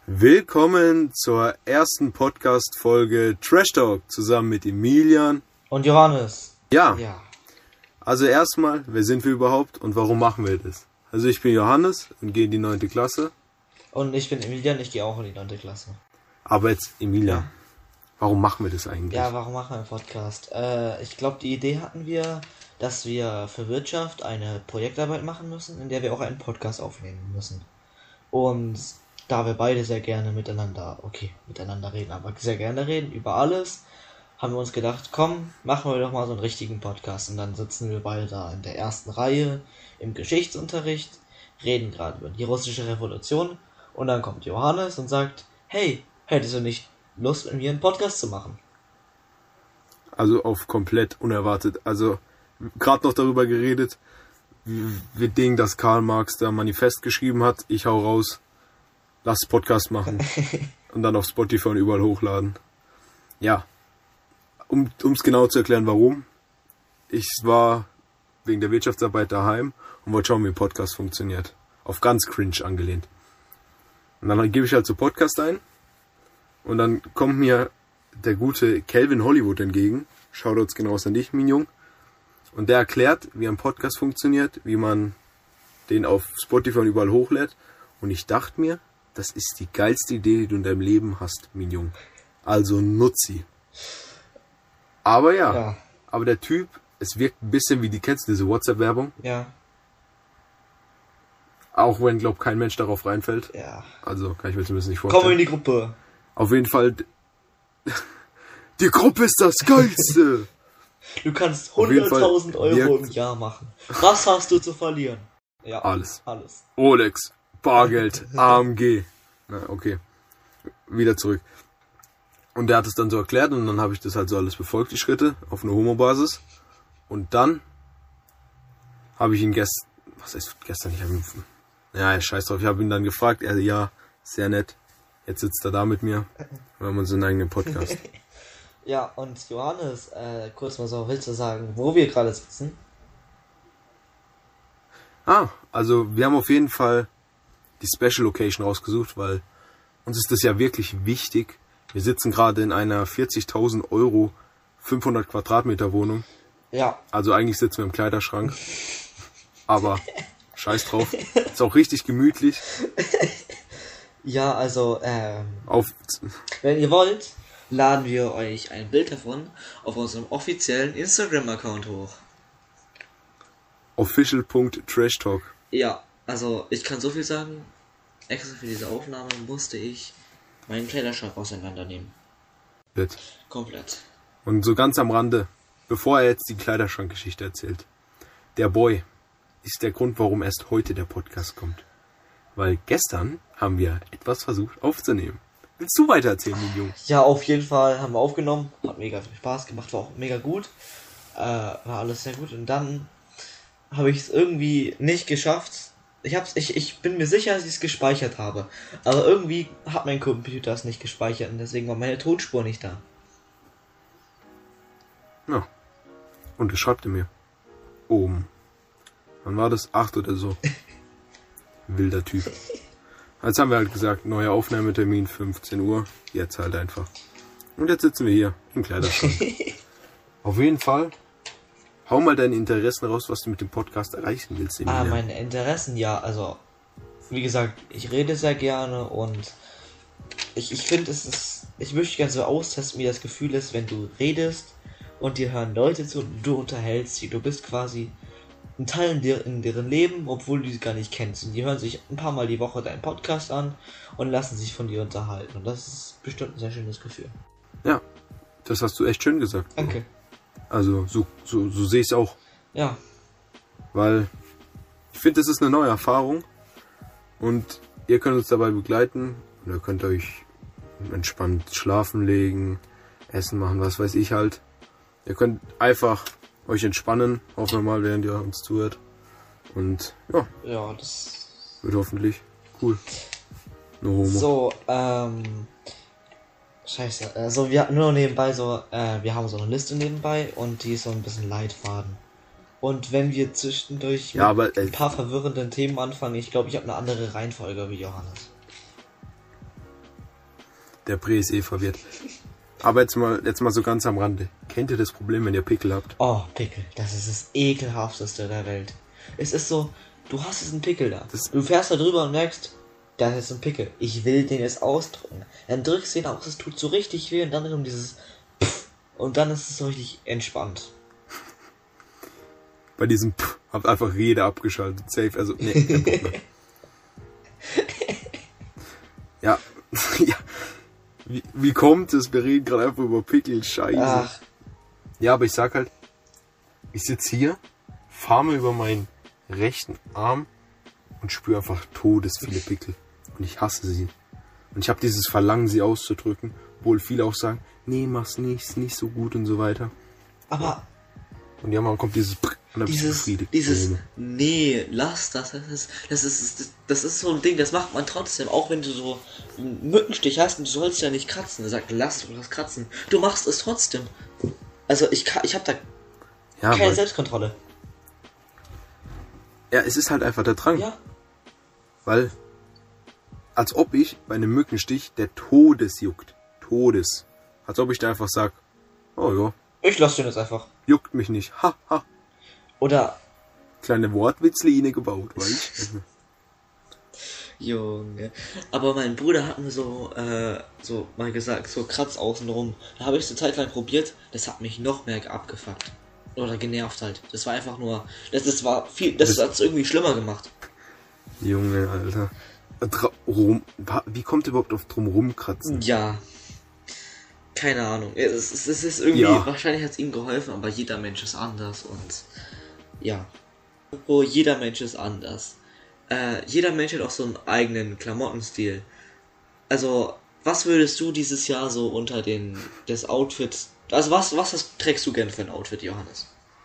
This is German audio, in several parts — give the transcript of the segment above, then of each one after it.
Willkommen zur ersten Podcast-Folge Trash Talk zusammen mit Emilian und Johannes. Ja. Also erstmal, wer sind wir überhaupt und warum machen wir das? Also ich bin Johannes und gehe in die 9. Klasse. Und ich bin Emilian, ich gehe auch in die 9. Klasse. Aber jetzt, Emilian, warum machen wir das eigentlich? Ja, warum machen wir einen Podcast? Ich glaube, die Idee hatten wir, dass wir für Wirtschaft eine Projektarbeit machen müssen, in der wir auch einen Podcast aufnehmen müssen. Und da wir beide sehr gerne miteinander reden, aber sehr gerne reden über alles, haben wir uns gedacht, komm, machen wir doch mal so einen richtigen Podcast. Und dann sitzen wir beide da in der ersten Reihe im Geschichtsunterricht, reden gerade über die russische Revolution und dann kommt Johannes und sagt, hey, hättest du nicht Lust, mit mir einen Podcast zu machen? Also auf komplett unerwartet. Also gerade noch darüber geredet, wie Ding, dass Karl Marx da Manifest geschrieben hat. Ich hau raus, lass Podcast machen und dann auf Spotify und überall hochladen. Ja, um es genau zu erklären, warum. Ich war wegen der Wirtschaftsarbeit daheim und wollte schauen, wie ein Podcast funktioniert. Auf ganz cringe angelehnt. Und dann gebe ich halt so Podcast ein und dann kommt mir der gute Calvin Hollywood entgegen. Shoutouts genauso an dich, mein Jung. Und der erklärt, wie ein Podcast funktioniert, wie man den auf Spotify und überall hochlädt. Und ich dachte mir, das ist die geilste Idee, die du in deinem Leben hast, mein Jung. Also nutz sie. Aber ja, aber der Typ, es wirkt ein bisschen wie, kennst du diese WhatsApp-Werbung? Ja. Auch wenn, glaub, kein Mensch darauf reinfällt. Ja. Also, kann ich mir zumindest nicht vorstellen. Komm in die Gruppe. Auf jeden Fall, die Gruppe ist das Geilste. Du kannst 100.000 Euro im Jahr machen. Was hast du zu verlieren? Ja, alles. Rolex, Bargeld, AMG. Na, okay. Wieder zurück. Und der hat es dann so erklärt und dann habe ich das halt so alles befolgt, die Schritte, auf einer Homo-Basis. Und dann habe ich ihn gestern, ich habe ihn, ja, scheiß drauf, ich habe ihn dann gefragt, er, ja, sehr nett, jetzt sitzt er da mit mir, wir haben uns einen eigenen Podcast. Ja, und Johannes, kurz mal so, willst du sagen, wo wir gerade sitzen? Also wir haben auf jeden Fall die Special Location rausgesucht, weil uns ist das ja wirklich wichtig. Wir sitzen gerade in einer 40.000 Euro, 500 Quadratmeter Wohnung. Ja. Also eigentlich sitzen wir im Kleiderschrank. Aber scheiß drauf. Ist auch richtig gemütlich. Ja, also, wenn ihr wollt, laden wir euch ein Bild davon auf unserem offiziellen Instagram-Account hoch. Official.trashtalk. Ja, also ich kann so viel sagen. Extra für diese Aufnahme musste ich meinen Kleiderschrank auseinandernehmen. Komplett. Und so ganz am Rande, bevor er jetzt die Kleiderschrankgeschichte erzählt. Der Boy ist der Grund, warum erst heute der Podcast kommt. Weil gestern haben wir etwas versucht aufzunehmen. Willst du weiter erzählen, mein Junge? Ja, auf jeden Fall haben wir aufgenommen. Hat mega viel Spaß gemacht, war auch mega gut. War alles sehr gut. Und dann habe ich es irgendwie nicht geschafft. Ich bin mir sicher, dass ich es gespeichert habe. Aber irgendwie hat mein Computer es nicht gespeichert und deswegen war meine Tonspur nicht da. Ja. Und das schreibt er mir. Oben. Wann war das? 8 oder so. Wilder Typ. Jetzt haben wir halt gesagt, neuer Aufnahmetermin, 15 Uhr. Jetzt halt einfach. Und jetzt sitzen wir hier im Kleiderschrank. Auf jeden Fall. Hau mal deine Interessen raus, was du mit dem Podcast erreichen willst. Meine Interessen, ja, also, wie gesagt, ich rede sehr gerne und ich finde, ich möchte gerne so austesten, wie das Gefühl ist, wenn du redest und dir hören Leute zu und du unterhältst sie. Du bist quasi ein Teil in deren Leben, obwohl du sie gar nicht kennst. Und die hören sich ein paar Mal die Woche deinen Podcast an und lassen sich von dir unterhalten. Und das ist bestimmt ein sehr schönes Gefühl. Ja, das hast du echt schön gesagt. Danke. Also, so sehe ich es auch. Ja. Weil ich finde, das ist eine neue Erfahrung und ihr könnt uns dabei begleiten und ihr könnt euch entspannt schlafen legen, Essen machen, was weiß ich halt. Ihr könnt einfach euch entspannen, hoffen wir mal, während ihr uns zuhört. Und ja. Ja, das wird hoffentlich cool. No homo. So, Scheiße, also wir nur nebenbei so, wir haben so eine Liste nebenbei und die ist so ein bisschen Leitfaden. Und wenn wir zwischendurch mit ein paar verwirrenden Themen anfangen, ich glaube, ich habe eine andere Reihenfolge wie Johannes. Der Bre ist eh verwirrt. Aber jetzt mal so ganz am Rande. Kennt ihr das Problem, wenn ihr Pickel habt? Oh, Pickel, das ist das ekelhafteste der Welt. Es ist so, du hast jetzt einen Pickel da. Du fährst da drüber und merkst, das ist ein Pickel. Ich will den jetzt ausdrücken. Dann drückst du ihn aus, es tut so richtig weh und dann um dieses Pff, und dann ist es so richtig entspannt. Bei diesem Pff, habt einfach jeder abgeschaltet. Safe, also, nee, kein Bock mehr. Ja, ja. Wie kommt es? Wir reden gerade einfach über Pickel, scheiße. Ach. Ja, aber ich sag halt, ich sitze hier, fahre mal über meinen rechten Arm und spüre einfach todesviele Pickel. Und ich hasse sie. Und ich habe dieses Verlangen, sie auszudrücken, obwohl viele auch sagen, nee, mach's nicht, ist nicht so gut und so weiter. Aber und ja, man kommt dieses und dann bist du befriedigt. nee, lass das. Das ist so ein Ding, das macht man trotzdem, auch wenn du so einen Mückenstich hast und du sollst ja nicht kratzen. Er sagt, lass das kratzen. Du machst es trotzdem. Also ich habe da keine Selbstkontrolle. Ja, es ist halt einfach der Drang. Ja. Weil, als ob ich bei einem Mückenstich, der Todes juckt. Todes. Als ob ich da einfach sag, oh ja. Ich lass den jetzt einfach. Juckt mich nicht. Ha, ha. Oder... Kleine Wortwitzle gebaut, weißt du? Junge. Aber mein Bruder hat mir so mal gesagt, so Kratz außenrum. Da habe ich es eine Zeit lang probiert, das hat mich noch mehr abgefuckt. Oder genervt halt. Das war einfach nur... Das hat es irgendwie schlimmer gemacht. Junge, Alter. Wie kommt ihr überhaupt auf drumrum kratzen? Ja. Keine Ahnung. Es ist irgendwie... Ja. Wahrscheinlich hat es ihm geholfen, aber jeder Mensch ist anders und... Ja. Oh, jeder Mensch ist anders. Jeder Mensch hat auch so einen eigenen Klamottenstil. Also, was würdest du dieses Jahr so unter des Outfits... Also, was trägst du gerne für ein Outfit, Johannes?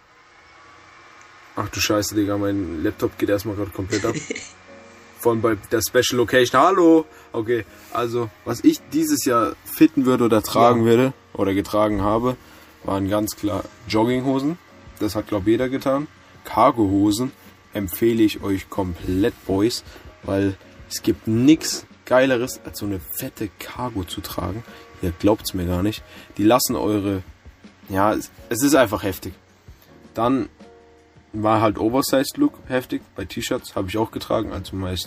Ach du Scheiße, Digga, mein Laptop geht erstmal gerade komplett ab. Vor allem bei der Special Location. Hallo! Okay, also, was ich dieses Jahr fitten würde oder tragen würde, oder getragen habe, waren ganz klar Jogginghosen. Das hat, glaube ich, jeder getan. Cargohosen empfehle ich euch komplett, Boys, weil es gibt nichts Geileres, als so eine fette Cargo zu tragen. Ihr glaubt's mir gar nicht. Die lassen eure... Ja, es ist einfach heftig. Dann war halt Oversized Look heftig. Bei T-Shirts habe ich auch getragen, also meist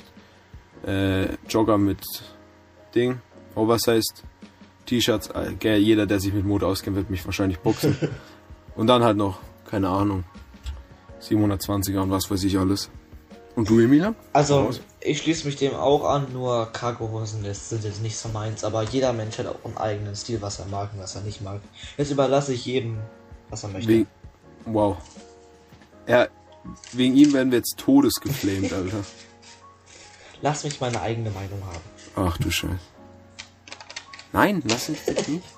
Jogger mit Ding, Oversized T-Shirts. Jeder, der sich mit Mode auskennt, wird mich wahrscheinlich boxen. Und dann halt noch, keine Ahnung, 720er und was weiß ich alles. Und du, Emilia? Also, ich schließe mich dem auch an, nur Cargohosen sind jetzt nicht so meins, aber jeder Mensch hat auch einen eigenen Stil, was er mag und was er nicht mag. Jetzt überlasse ich jedem, was er möchte. Wow. Ja, wegen ihm werden wir jetzt todesgeflamed, Alter. Lass mich meine eigene Meinung haben. Ach du Scheiße. Nein, lass mich bitte nicht.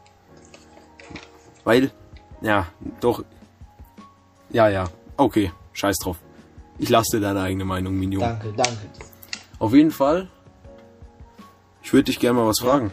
Weil, ja, doch. Ja, okay, scheiß drauf. Ich lasse dir deine eigene Meinung, Minion. Danke. Auf jeden Fall, ich würde dich gerne mal was fragen.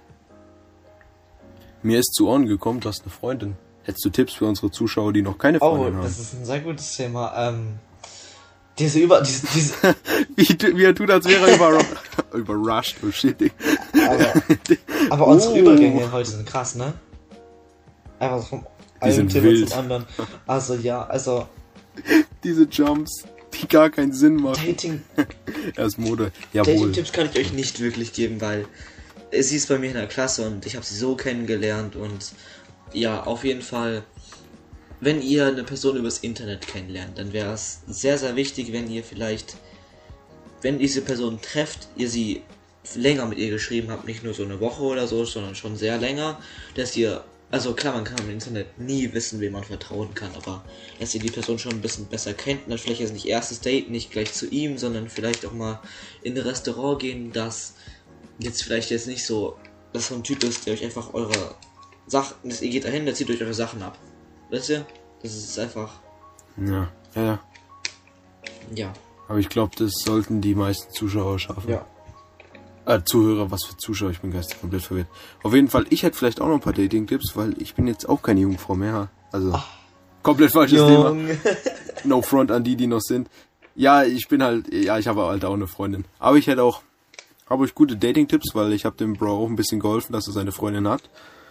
Mir ist zu Ohren gekommen, du hast eine Freundin. Hättest du Tipps für unsere Zuschauer, die noch keine Freundin haben? Das ist ein sehr gutes Thema. Wie er tut, als wäre er überrascht. Oh shit. Aber unsere Übergänge heute sind krass, ne? Einfach so vom einen Thema wild zum anderen. Also ja, diese Jumps, die gar keinen Sinn machen. Dating. Erst Mode. Jawohl. Dating-Tipps kann ich euch nicht wirklich geben, weil sie ist bei mir in der Klasse und ich habe sie so kennengelernt und ja, auf jeden Fall, wenn ihr eine Person übers Internet kennenlernt, dann wäre es sehr, sehr wichtig, wenn ihr vielleicht, wenn diese Person trefft, ihr sie länger mit ihr geschrieben habt, nicht nur so eine Woche oder so, sondern schon sehr länger, dass ihr, also klar, man kann im Internet nie wissen, wem man vertrauen kann, aber dass ihr die Person schon ein bisschen besser kennt, dann vielleicht jetzt nicht erstes Date, nicht gleich zu ihm, sondern vielleicht auch mal in ein Restaurant gehen, das jetzt vielleicht jetzt nicht so, dass so ein Typ ist, der euch einfach eure Sachen, ihr geht dahin, der zieht euch eure Sachen ab. Wisst ihr? Das ist einfach... Ja. Ja. Aber ich glaube, das sollten die meisten Zuschauer schaffen. Ja. Zuhörer, was für Zuschauer, ich bin geistig komplett verwirrt. Auf jeden Fall, ich hätte vielleicht auch noch ein paar Dating-Tipps, weil ich bin jetzt auch keine Jungfrau mehr. Also, komplett falsches Thema. No front an die noch sind. Ja, ich bin halt, ich habe halt auch eine Freundin. Aber ich hätte auch Habe euch gute Dating-Tipps, weil ich habe dem Bro auch ein bisschen geholfen, dass er seine Freundin hat.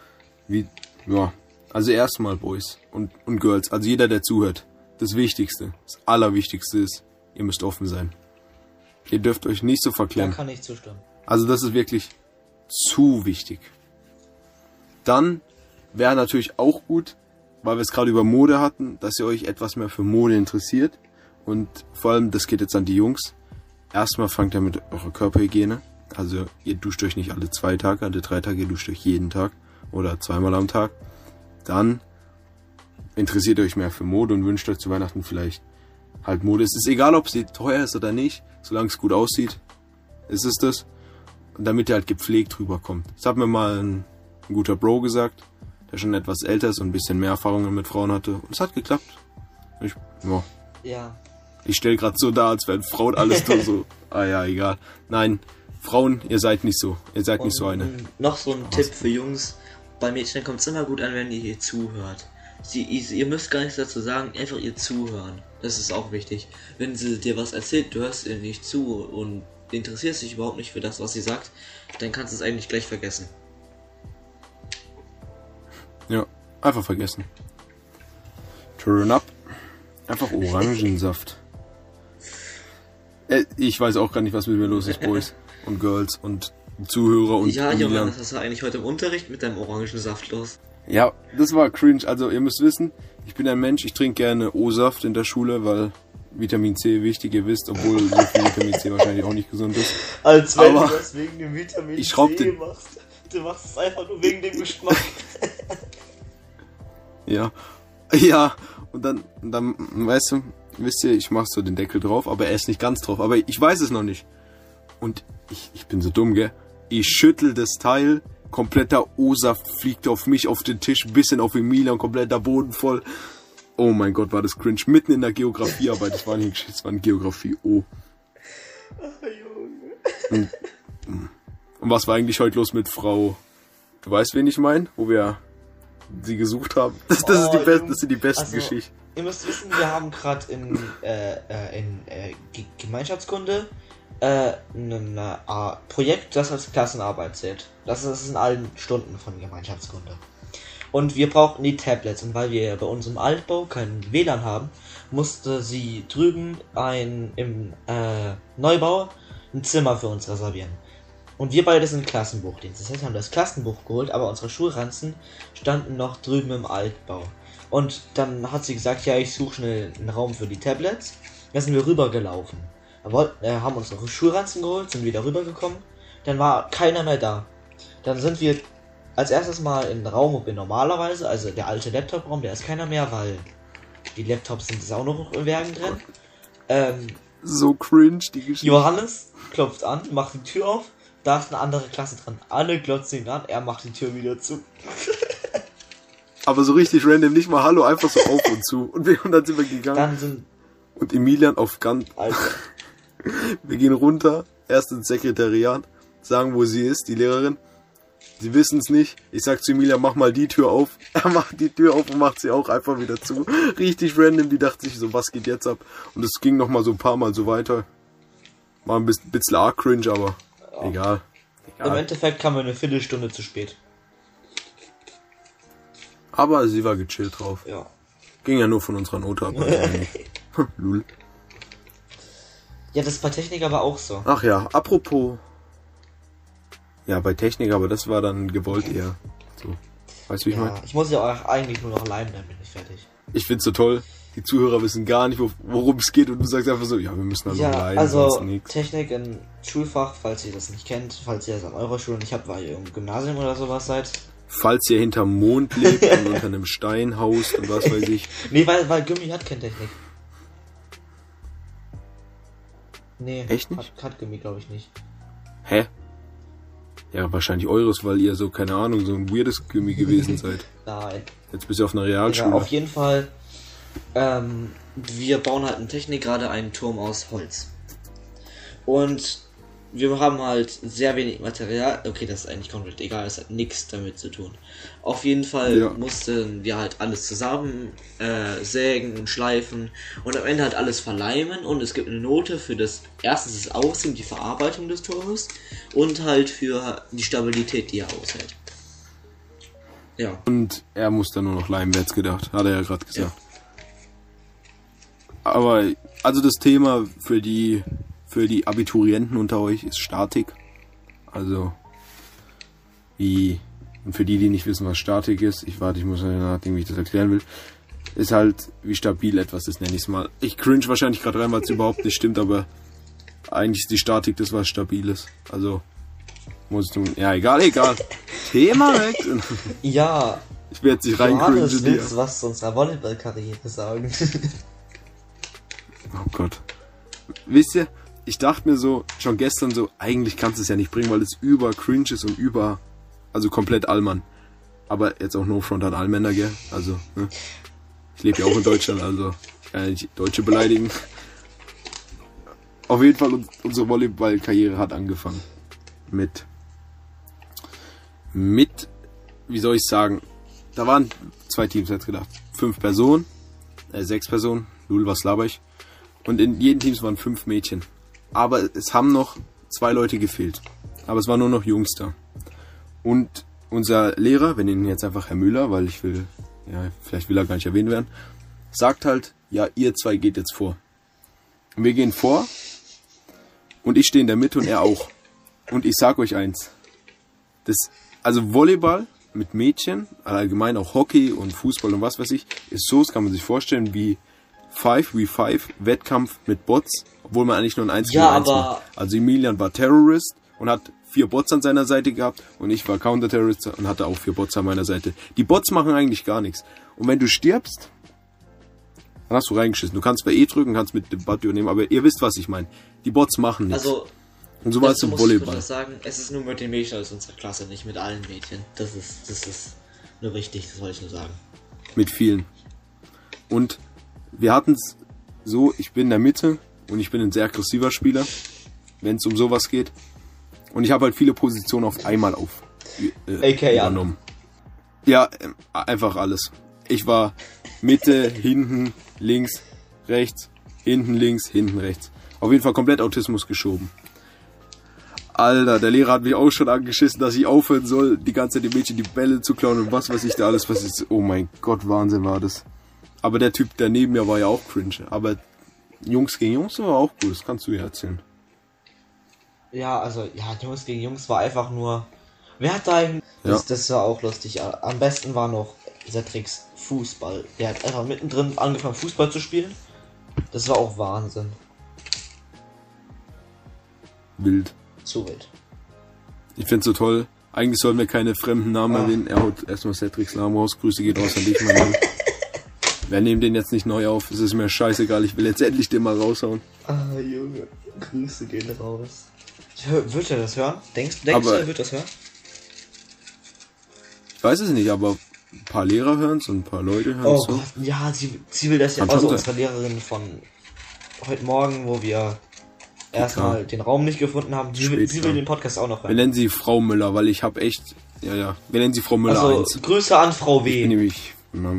Also erstmal Boys und Girls, also jeder, der zuhört. Das Wichtigste, das Allerwichtigste ist, ihr müsst offen sein. Ihr dürft euch nicht so Da verklemmen. kann ich zustimmen. Also das ist wirklich zu wichtig. Dann wäre natürlich auch gut, weil wir es gerade über Mode hatten, dass ihr euch etwas mehr für Mode interessiert. Und vor allem, das geht jetzt an die Jungs. Erstmal fangt ihr mit eurer Körperhygiene. Also ihr duscht euch nicht alle 2 Tage, alle 3 Tage, ihr duscht euch jeden Tag oder 2-mal am Tag. Dann interessiert ihr euch mehr für Mode und wünscht euch zu Weihnachten vielleicht halt Mode. Es ist egal, ob sie teuer ist oder nicht, solange es gut aussieht, ist es das. Und damit ihr halt gepflegt rüberkommt. Das hat mir mal ein guter Bro gesagt, der schon etwas älter ist und ein bisschen mehr Erfahrungen mit Frauen hatte. Und es hat geklappt. Ja. Ich stelle gerade so dar, als wären Frauen alles nur so. Ja, egal. Nein, Frauen, ihr seid nicht so. Ihr seid nicht so eine. Noch so ein Tipp für Jungs. Bei Mädchen kommt es immer gut an, wenn ihr zuhört. Ihr müsst gar nichts dazu sagen, einfach ihr zuhören. Das ist auch wichtig. Wenn sie dir was erzählt, du hörst ihr nicht zu und interessierst dich überhaupt nicht für das, was sie sagt, dann kannst du es eigentlich gleich vergessen. Ja, einfach vergessen. Turn up. Einfach Orangensaft. Ich weiß auch gar nicht, was mit mir los ist, Boys und Girls und Zuhörer und Ja, Junge, Milan. was hast du eigentlich heute im Unterricht mit deinem Orangensaft los? Ja, das war cringe. Also ihr müsst wissen, ich bin ein Mensch, ich trinke gerne O-Saft in der Schule, weil Vitamin C wichtig, ihr wisst, obwohl so viel Vitamin C wahrscheinlich auch nicht gesund ist. Als wenn Aber du das wegen dem Vitamin ich schraub C den- machst. Du machst es einfach nur wegen dem Geschmack. Ja, und dann, weißt du, wisst ihr, ich mach so den Deckel drauf, aber er ist nicht ganz drauf, aber ich weiß es noch nicht. Und ich bin so dumm, gell? Ich schüttel das Teil, kompletter O-Saft fliegt auf mich, auf den Tisch, bisschen auf Emilia und kompletter Boden voll. Oh mein Gott, war das cringe. Mitten in der Geografiearbeit, das war nicht Geschichte, das war eine Geografie. Oh. Junge. Und was war eigentlich heute los mit Frau? Du weißt, wen ich meine? Wo wir sie gesucht haben. Das sind die besten Also, Geschichten. Ihr müsst wissen, wir haben gerade in Gemeinschaftskunde ein Projekt, das als Klassenarbeit zählt. Das ist in allen Stunden von Gemeinschaftskunde. Und wir brauchten die Tablets. Und weil wir bei uns im Altbau kein WLAN haben, musste sie drüben im Neubau ein Zimmer für uns reservieren. Und wir beide sind Klassenbuchdienst. Das heißt, wir haben das Klassenbuch geholt, aber unsere Schulranzen standen noch drüben im Altbau. Und dann hat sie gesagt, ja, ich suche schnell einen Raum für die Tablets. Da sind wir rübergelaufen. Haben unsere Schulranzen geholt, sind wieder rübergekommen. Dann war keiner mehr da. Dann sind wir als erstes mal in den Raum, wo wir normalerweise, also der alte Laptop-Raum, der ist keiner mehr, weil die Laptops sind auch noch in Werken drin. So cringe, die Geschichte. Johannes klopft an, macht die Tür auf, da ist eine andere Klasse dran. Alle glotzen ihn an, er macht die Tür wieder zu. Aber so richtig random, nicht mal Hallo, einfach so auf und zu. Und dann sind wir gegangen. Dann sind, Und Emilian auf ganz. Alter, Wir gehen runter, erst ins Sekretariat, sagen, wo sie ist, die Lehrerin. Sie wissen es nicht. Ich sag zu Emilia, mach mal die Tür auf. Er macht die Tür auf und macht sie auch einfach wieder zu. Richtig random, die dachte sich so, was geht jetzt ab? Und es ging nochmal so ein paar Mal so weiter. War ein bisschen arg cringe, aber egal. im Endeffekt kamen wir eine Viertelstunde zu spät. Aber sie war gechillt drauf. Ja. Ging ja nur von unserer Note ab. Also Lul. Ja, das ist bei Technik aber auch so. Ach ja, apropos. Ja, bei Technik, aber das war dann gewollt eher. So. Weißt du, wie ich meine? Ja, ich muss ja auch eigentlich nur noch allein, dann bin ich fertig. Ich find's so toll. Die Zuhörer wissen gar nicht, worum es geht und du sagst einfach so, ja, wir müssen Ja, allein, also sonst nix. Technik in Schulfach, falls ihr das nicht kennt, falls ihr das an eurer Schule nicht habt, weil ihr im Gymnasium oder sowas seid. Falls ihr hinterm Mond lebt und unter einem Stein haust und was weiß ich. Nee, weil Gymmi hat keine Technik. Nee, Echt nicht? Hat Gymmi, glaube ich, nicht. Hä? Ja, wahrscheinlich eures, weil ihr so, keine Ahnung, so ein weirdes Gummi gewesen seid. Nein. Jetzt bist du auf einer Ja, Realschule. auf jeden Fall, wir bauen halt in Technik gerade einen Turm aus Holz. Und wir haben halt sehr wenig Material. Okay, das ist eigentlich komplett egal, es hat nichts damit zu tun. Auf jeden Fall mussten wir halt alles zusammen sägen und schleifen und am Ende halt alles verleimen und es gibt eine Note für erstens das Aussehen, die Verarbeitung des Tores und halt für die Stabilität, die er aushält. Ja. Und er muss dann nur noch leimen, wer hätte gedacht, hat er ja gerade gesagt. Ja. Aber, also das Thema für die Abiturienten unter euch ist Statik. Also, und für die nicht wissen, was Statik ist, ich muss nachdenken, wie ich das erklären will, ist halt, wie stabil etwas ist, nenne ich es mal. Ich cringe wahrscheinlich gerade rein, weil es überhaupt nicht stimmt, aber eigentlich ist die Statik das, was stabil ist. Also, ja, egal. Thema weg. Ja. Ich werde jetzt nicht reincringen. Du willst was zu unserer Volleyball-Karriere sagen. Oh Gott. Wisst ihr, ich dachte mir so, schon gestern so, eigentlich kannst du es ja nicht bringen, weil es über cringe ist und also komplett Allmann. Aber jetzt auch no front an Allmänner, gell? Also, ne? Ich lebe ja auch in Deutschland, also ich kann ja nicht Deutsche beleidigen. Auf jeden Fall, unsere Volleyball-Karriere hat angefangen. Mit, wie soll ich sagen, da waren 2 Teams, jetzt gedacht. 6 Personen. Lul, was laber ich? Und in jedem Team waren 5 Mädchen. Aber es haben noch 2 Leute gefehlt. Aber es waren nur noch Jungs da. Und unser Lehrer, wir nennen ihn jetzt einfach Herr Müller, weil vielleicht will er gar nicht erwähnt werden, sagt halt, ja, ihr 2 geht jetzt vor. Und wir gehen vor. Und ich stehe in der Mitte und er auch. Und ich sag euch eins. Also Volleyball mit Mädchen, allgemein auch Hockey und Fußball und was weiß ich, ist so, das kann man sich vorstellen, wie 5v5 Wettkampf mit Bots, obwohl man eigentlich nur ein 1 gegen 1 macht. Also Emilian war Terrorist und hat 4 Bots an seiner Seite gehabt und ich war Counter-Terrorist und hatte auch 4 Bots an meiner Seite. Die Bots machen eigentlich gar nichts. Und wenn du stirbst, dann hast du reingeschissen. Du kannst bei E drücken, kannst mit dem Bad nehmen, aber ihr wisst, was ich meine. Die Bots machen nichts. Also, und so war es im Volleyball. Ich sagen, es ist nur mit den Mädchen aus unserer Klasse, nicht mit allen Mädchen. Das ist nur wichtig, das wollte ich nur sagen. Mit vielen. Und wir hatten es so, ich bin in der Mitte und ich bin ein sehr aggressiver Spieler, wenn es um sowas geht. Und ich habe halt viele Positionen auf einmal übernommen. Ja, einfach alles. Ich war Mitte, hinten, links, rechts, hinten, links, hinten, rechts. Auf jeden Fall komplett Autismus geschoben. Alter, der Lehrer hat mich auch schon angeschissen, dass ich aufhören soll, die ganze Zeit den Mädchen die Bälle zu klauen und was weiß ich da alles, was ist. Oh mein Gott, Wahnsinn war das. Aber der Typ, der neben mir war ja auch cringe. Aber Jungs gegen Jungs war auch cool, das kannst du ja erzählen. Ja, also, Jungs gegen Jungs war einfach nur... Wer hat da eigentlich... Das war auch lustig. Am besten war noch Cedrics Fußball. Der hat einfach mittendrin angefangen Fußball zu spielen. Das war auch Wahnsinn. Wild. Zu wild. Ich find's so toll. Eigentlich sollten wir keine fremden Namen erwähnen. Er haut erstmal Cedrics Namen raus. Grüße geht raus an dich, mein Mann. Wir nehmen den jetzt nicht neu auf. Es ist mir scheißegal. Ich will jetzt endlich den mal raushauen. Ah, Junge. Grüße gehen raus. Wird er das hören? Denkst du, er wird das hören? Ich weiß es nicht, aber ein paar Lehrer hören es und ein paar Leute hören es. Oh Gott, ja, sie will das ja. Also unsere Lehrerin von heute Morgen, wo wir erstmal den Raum nicht gefunden haben, sie will den Podcast auch noch hören. Wir nennen sie Frau Müller, weil ich habe echt... Ja. Wir nennen sie Frau Müller also, 1. Grüße an Frau W. Ich bin nämlich...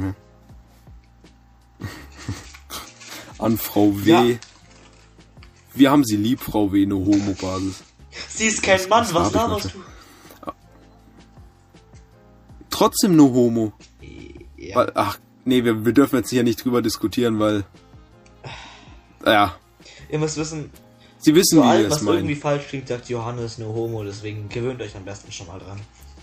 An Frau W. Ja. Wir haben sie lieb, Frau W. Eine Homo-Basis. Sie ist kein Mann, was laberst du? Trotzdem nur Homo. Ja. Weil, wir dürfen jetzt hier nicht drüber diskutieren, weil... Ja. Ihr müsst wissen... Sie wissen, wie wir es was meinen. Irgendwie falsch klingt, sagt Johannes nur Homo, deswegen gewöhnt euch am besten schon mal dran.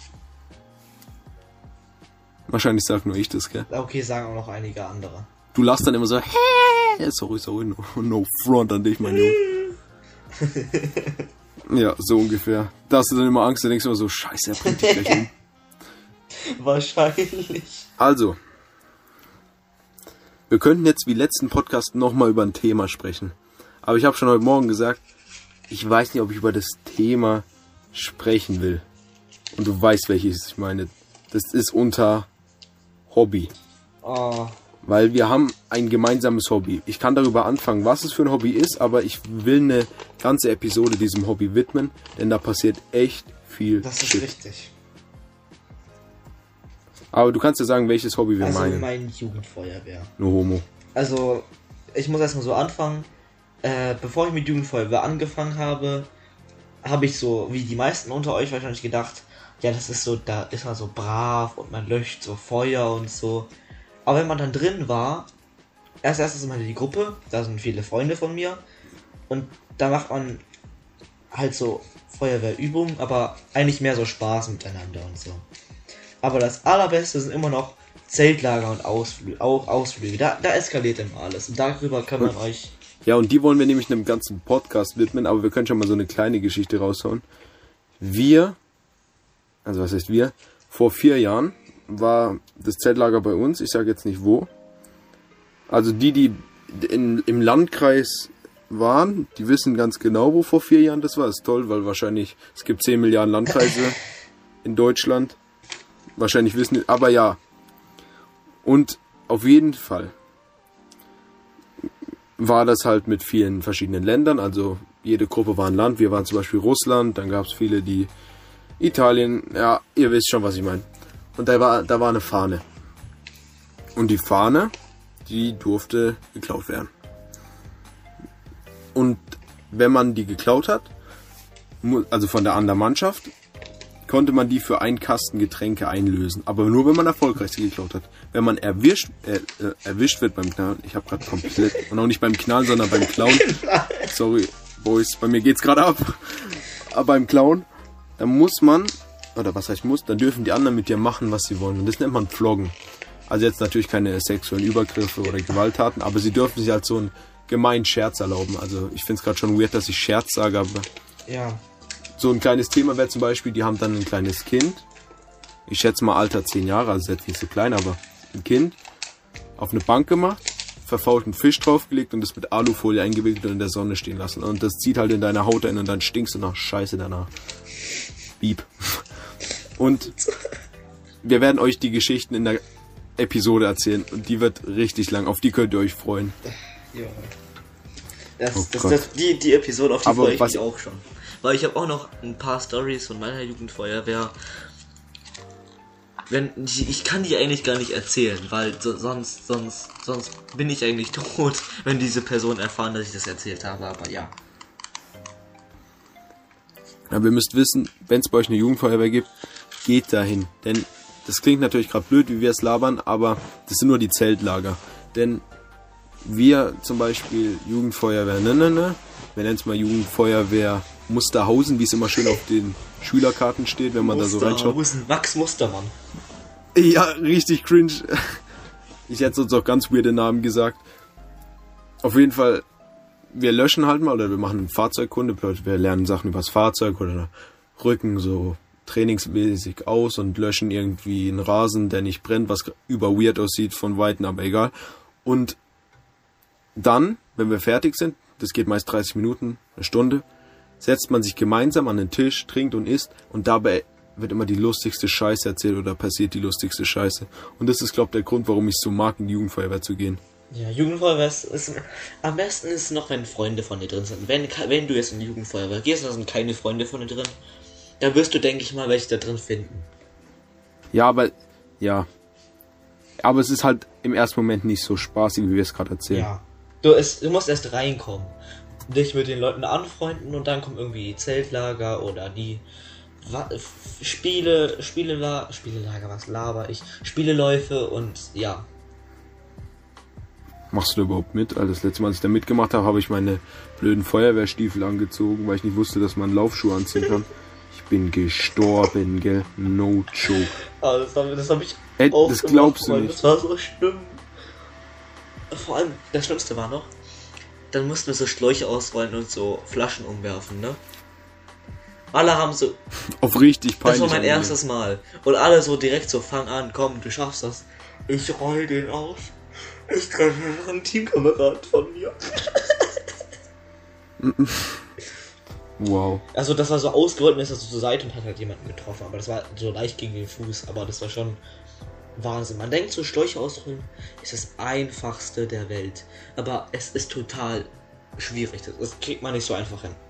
Wahrscheinlich sag nur ich das, gell? Okay, sagen auch noch einige andere. Du lachst dann immer so, sorry, no front an dich, mein Junge. Ja, so ungefähr. Da hast du dann immer Angst, dann denkst du immer so, scheiße, er bringt dich gleich um. Wahrscheinlich. Also, wir könnten jetzt wie letzten Podcast nochmal über ein Thema sprechen. Aber ich habe schon heute Morgen gesagt, ich weiß nicht, ob ich über das Thema sprechen will. Und du weißt, welches ich meine. Das ist unter Hobby. Oh, Weil wir haben ein gemeinsames Hobby. Ich kann darüber anfangen, was es für ein Hobby ist, aber ich will eine ganze Episode diesem Hobby widmen, denn da passiert echt viel. Das ist Shit. richtig. Aber du kannst ja sagen, welches Hobby wir meinen. Mein Jugendfeuerwehr. Nur Homo. Also, ich muss erstmal so anfangen. Bevor ich mit Jugendfeuerwehr angefangen habe, habe ich so, wie die meisten unter euch wahrscheinlich gedacht, ja, das ist so, da ist man so brav und man löscht so Feuer und so. Aber wenn man dann drin war, erstes mal die Gruppe, da sind viele Freunde von mir und da macht man halt so Feuerwehrübungen, aber eigentlich mehr so Spaß miteinander und so. Aber das Allerbeste sind immer noch Zeltlager und Ausflüge. Da eskaliert immer alles und darüber kann man euch... Ja, und die wollen wir nämlich einem ganzen Podcast widmen, aber wir können schon mal so eine kleine Geschichte raushauen. Also was heißt wir? Vor 4 Jahren war das Zeltlager bei uns, ich sage jetzt nicht wo. Also die im Landkreis waren, die wissen ganz genau, wo vor 4 Jahren das war. Das ist toll, weil wahrscheinlich, es gibt 10 Milliarden Landkreise in Deutschland. Wahrscheinlich wissen, aber ja. Und auf jeden Fall war das halt mit vielen verschiedenen Ländern. Also jede Gruppe war ein Land. Wir waren zum Beispiel Russland, dann gab es viele, die Italien, ja, ihr wisst schon, was ich meine. Und da war eine Fahne. Und die Fahne, die durfte geklaut werden. Und wenn man die geklaut hat, also von der anderen Mannschaft, konnte man die für einen Kasten Getränke einlösen. Aber nur, wenn man erfolgreich sie geklaut hat. Wenn man erwischt wird beim Knallen, ich habe gerade komplett, und auch nicht beim Knallen, sondern beim Klauen. Sorry, Boys, bei mir geht's gerade ab. Aber beim Klauen, dann muss man, oder was heißt muss, dann dürfen die anderen mit dir machen, was sie wollen. Und das nennt man Floggen. Also jetzt natürlich keine sexuellen Übergriffe oder Gewalttaten, aber sie dürfen sich halt so einen gemeinen Scherz erlauben. Also ich finde es gerade schon weird, dass ich Scherz sage, aber Ja. so ein kleines Thema wäre zum Beispiel, die haben dann ein kleines Kind, ich schätze mal Alter 10 Jahre, also jetzt nicht so klein, aber ein Kind, auf eine Bank gemacht, verfaulten Fisch draufgelegt und das mit Alufolie eingewickelt und in der Sonne stehen lassen. Und das zieht halt in deine Haut ein und dann stinkst du nach Scheiße danach. Bieb. Und wir werden euch die Geschichten in der Episode erzählen und die wird richtig lang. Auf die könnt ihr euch freuen. Ja. Oh Die Episode, auf die Aber freue ich was- mich auch schon. Weil ich habe auch noch ein paar Stories von meiner Jugendfeuerwehr. Ich kann die eigentlich gar nicht erzählen, weil sonst bin ich eigentlich tot, wenn diese Personen erfahren, dass ich das erzählt habe. Aber ja. Aber ihr müsst wissen, wenn es bei euch eine Jugendfeuerwehr gibt, geht dahin. Denn das klingt natürlich gerade blöd, wie wir es labern, aber das sind nur die Zeltlager. Denn wir zum Beispiel Jugendfeuerwehr, wir nennen es mal Jugendfeuerwehr Musterhausen, wie es immer schön auf den Schülerkarten steht, wenn man da so reinschaut. Max Mustermann. Ja, richtig cringe. Ich hätte uns auch ganz weirde Namen gesagt. Auf jeden Fall, wir löschen halt mal oder wir machen Fahrzeugkunde. Wir lernen Sachen über das Fahrzeug oder rücken so trainingsmäßig aus und löschen irgendwie einen Rasen, der nicht brennt, was über weird aussieht von Weitem, aber egal. Und dann, wenn wir fertig sind, das geht meist 30 Minuten, eine Stunde, setzt man sich gemeinsam an den Tisch, trinkt und isst und dabei wird immer die lustigste Scheiße erzählt oder passiert die lustigste Scheiße. Und das ist, glaube ich, der Grund, warum ich so mag, in die Jugendfeuerwehr zu gehen. Ja, Jugendfeuerwehr ist am besten ist es noch, wenn Freunde von dir drin sind. Wenn du jetzt in die Jugendfeuerwehr gehst, da sind keine Freunde von dir drin, dann wirst du, denke ich mal, welche da drin finden. Ja, aber es ist halt im ersten Moment nicht so spaßig, wie wir es gerade erzählen. Ja. Du musst erst reinkommen, dich mit den Leuten anfreunden und dann kommen irgendwie Zeltlager oder die Spielelager, was laber ich? Spieleläufe und ja. Machst du da überhaupt mit? Also das letzte Mal, als ich da mitgemacht habe, habe ich meine blöden Feuerwehrstiefel angezogen, weil ich nicht wusste, dass man Laufschuhe anziehen kann. Ich bin gestorben, gell? No joke. Also das hab ich auch das glaubst du nicht. Das war so schlimm. Vor allem, das Schlimmste war noch, dann mussten wir so Schläuche ausrollen und so Flaschen umwerfen, ne? Alle haben so... Auf richtig peinlich. Das war mein erstes Mal. Und alle so direkt so, fang an, komm, du schaffst das. Ich roll den aus. Ich treffe einen Teamkamerad von mir. Wow. Also das war so ausgerollt und ist so zur Seite und hat halt jemanden getroffen. Aber das war so leicht gegen den Fuß. Aber das war schon Wahnsinn. Man denkt, so Schläuche ausrollen ist das einfachste der Welt. Aber es ist total schwierig. Das kriegt man nicht so einfach hin.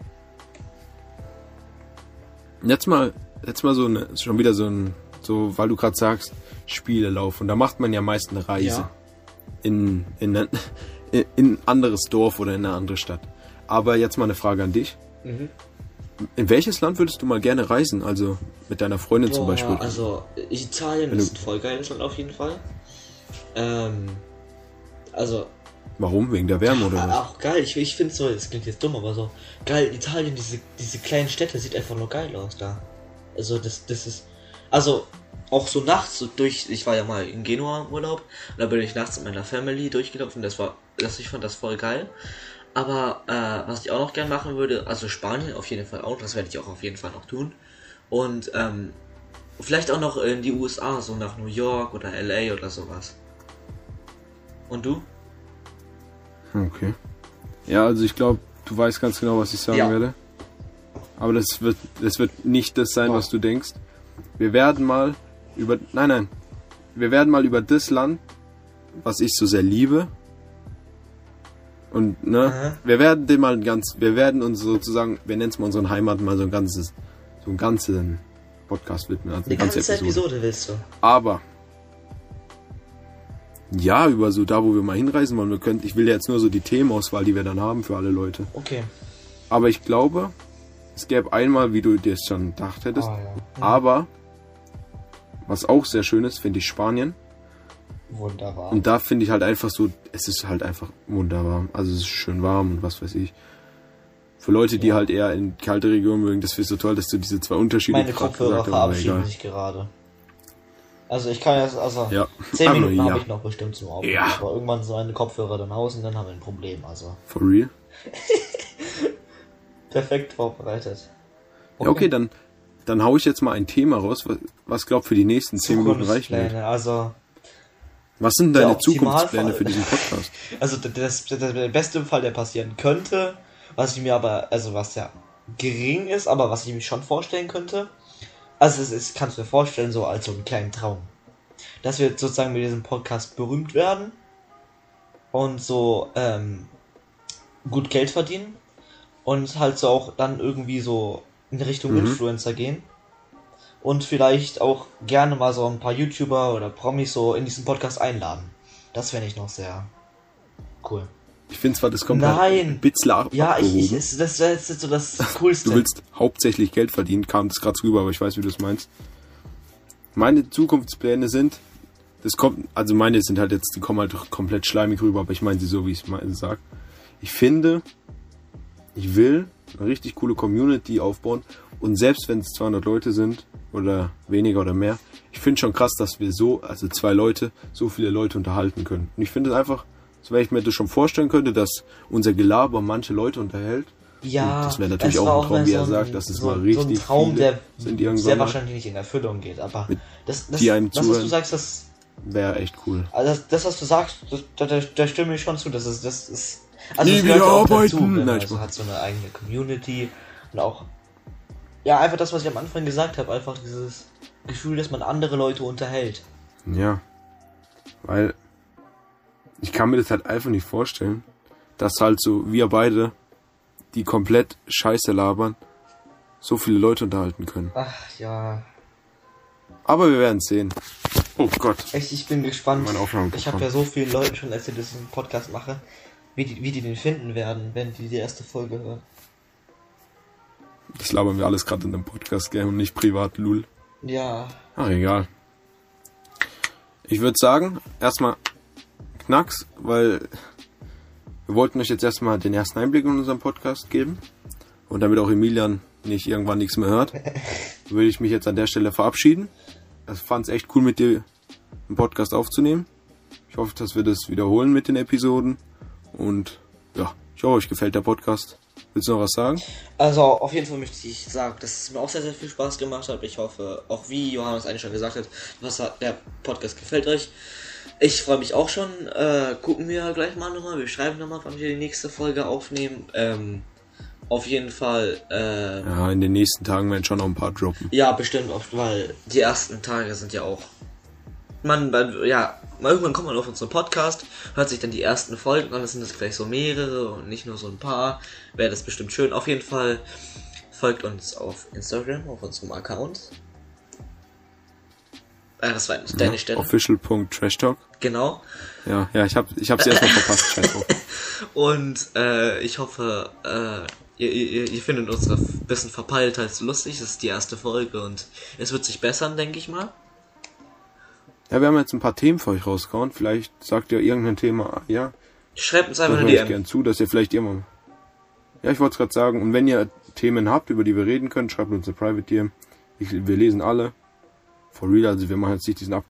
Jetzt mal schon wieder so, weil du gerade sagst, Spielelauf. Und da macht man ja meist eine Reise. Ja. In ein anderes Dorf oder in eine andere Stadt. Aber jetzt mal eine Frage an dich. Mhm. In welches Land würdest du mal gerne reisen? Also mit deiner Freundin zum Beispiel. Also Italien ist ein voll geiles Land auf jeden Fall. Also Warum? Wegen der Wärme oder was? auch geil. Ich finde so, das klingt jetzt dumm, aber so geil. Italien, diese kleinen Städte, sieht einfach nur geil aus da. Also das ist, also auch so nachts so durch. Ich war ja mal in Genua im Urlaub und da bin ich nachts mit meiner Family durchgelaufen. Ich fand das voll geil. Aber was ich auch noch gern machen würde, also Spanien auf jeden Fall auch, das werde ich auch auf jeden Fall noch tun. Und vielleicht auch noch in die USA, so nach New York oder LA oder sowas. Und du? Okay. Ja, also ich glaube, du weißt ganz genau, was ich sagen werde. Aber das wird nicht das sein, was du denkst. Wir werden mal über das Land, was ich so sehr liebe. Und wir werden uns sozusagen, wir nennen es mal unseren Heimat mal so einen ganzen Podcast widmen, also eine ganze Episode willst du. Aber ja, über so da, wo wir mal hinreisen wollen, ich will ja jetzt nur so die Themenauswahl, die wir dann haben für alle Leute. Okay. Aber ich glaube, es gäbe einmal, wie du dir es schon gedacht hättest, aber was auch sehr schön ist, finde ich Spanien. Wunderbar. Und da finde ich halt einfach so, es ist halt einfach wunderbar. Also es ist schön warm und was weiß ich. Für Leute, die halt eher in kalte Regionen mögen, das finde ich so toll, dass du diese zwei Unterschiede meine Kopfhörer verabschieden sich gerade. Also ich kann jetzt, 10 Minuten habe ich noch bestimmt zum Aufnehmen. Ja. Aber irgendwann sind meine Kopfhörer dann aus und dann haben wir ein Problem. Also. For real? Perfekt vorbereitet. Okay, ja, dann hau ich jetzt mal ein Thema raus, was glaub für die nächsten 10 Minuten reichen wird. Also. Was sind deine Zukunftspläne für diesen Podcast? Also der beste Fall, der passieren könnte, was ja gering ist, aber was ich mir schon vorstellen könnte, also kannst du dir vorstellen, so als so einen kleinen Traum, dass wir sozusagen mit diesem Podcast berühmt werden und so gut Geld verdienen und halt so auch dann irgendwie so in Richtung Influencer gehen. Und vielleicht auch gerne mal so ein paar YouTuber oder Promis so in diesen Podcast einladen. Das fände ich noch sehr cool. Ich finde zwar, das kommt ein bisschen ab. Ja, das wäre jetzt so das Coolste. Du willst hauptsächlich Geld verdienen, kam das gerade rüber, aber ich weiß, wie du es meinst. Meine Zukunftspläne sind, meine sind halt jetzt, die kommen halt komplett schleimig rüber, aber ich meine sie so, wie ich es sage. Ich will eine richtig coole Community aufbauen und selbst wenn es 200 Leute sind, oder weniger oder mehr. Ich finde schon krass, dass wir 2 Leute, so viele Leute unterhalten können. Und ich finde es einfach, so wenn ich mir das schon vorstellen könnte, dass unser Gelaber manche Leute unterhält. Ja, und das wäre natürlich auch ein Traum, wie er sagt, dass es mal richtig so ein Traum, der sehr mal wahrscheinlich nicht in Erfüllung geht. Aber das was du sagst, das wäre echt cool. Also das, was du sagst, da stimme ich schon zu. Das ist also nie wieder arbeiten. Wenn man hat so eine eigene Community und auch einfach das, was ich am Anfang gesagt habe, einfach dieses Gefühl, dass man andere Leute unterhält. Ja, weil ich kann mir das halt einfach nicht vorstellen, dass halt so wir beide, die komplett Scheiße labern, so viele Leute unterhalten können. Ach ja. Aber wir werden es sehen. Oh Gott. Echt, ich bin gespannt. Ich habe ja so vielen Leuten schon erzählt, dass ich einen Podcast mache, wie die den finden werden, wenn die erste Folge hören. Das labern wir alles gerade in einem Podcast, gell, und nicht privat, lul. Ja. Ach, egal. Ich würde sagen, erstmal Knacks, weil wir wollten euch jetzt erstmal den ersten Einblick in unseren Podcast geben. Und damit auch Emilian nicht irgendwann nichts mehr hört, würde ich mich jetzt an der Stelle verabschieden. Ich fand es echt cool, mit dir einen Podcast aufzunehmen. Ich hoffe, dass wir das wiederholen mit den Episoden. Und ja, ich hoffe, euch gefällt der Podcast. Willst du noch was sagen? Also auf jeden Fall möchte ich sagen, dass es mir auch sehr, sehr viel Spaß gemacht hat. Ich hoffe, auch wie Johannes eigentlich schon gesagt hat, der Podcast gefällt euch. Ich freue mich auch schon. Gucken wir gleich mal nochmal. Wir schreiben nochmal, wann wir die nächste Folge aufnehmen. Auf jeden Fall. Ja, in den nächsten Tagen werden schon noch ein paar droppen. Ja, bestimmt oft, weil die ersten Tage sind ja auch irgendwann kommt man auf unseren Podcast, hört sich dann die ersten Folgen an, das sind das gleich so mehrere und nicht nur so ein paar. Wäre das bestimmt schön. Auf jeden Fall folgt uns auf Instagram, auf unserem Account. Das war nicht deine Stelle. Official.trashtalk. Genau. Ja, ich hab's erstmal verpasst. Scheiß drauf. Und ich hoffe, ihr findet unsere bisschen Verpeiltheit lustig. Das ist die erste Folge und es wird sich bessern, denke ich mal. Ja, wir haben jetzt ein paar Themen für euch rausgehauen. Vielleicht sagt ihr irgendein Thema, ja. Schreibt uns einfach eine eine DM. Gern zu, dass ihr vielleicht irgendwann... Ja, ich wollte es gerade sagen. Und wenn ihr Themen habt, über die wir reden können, schreibt uns eine Private DM. Wir lesen alle. For real, also wir machen jetzt nicht diesen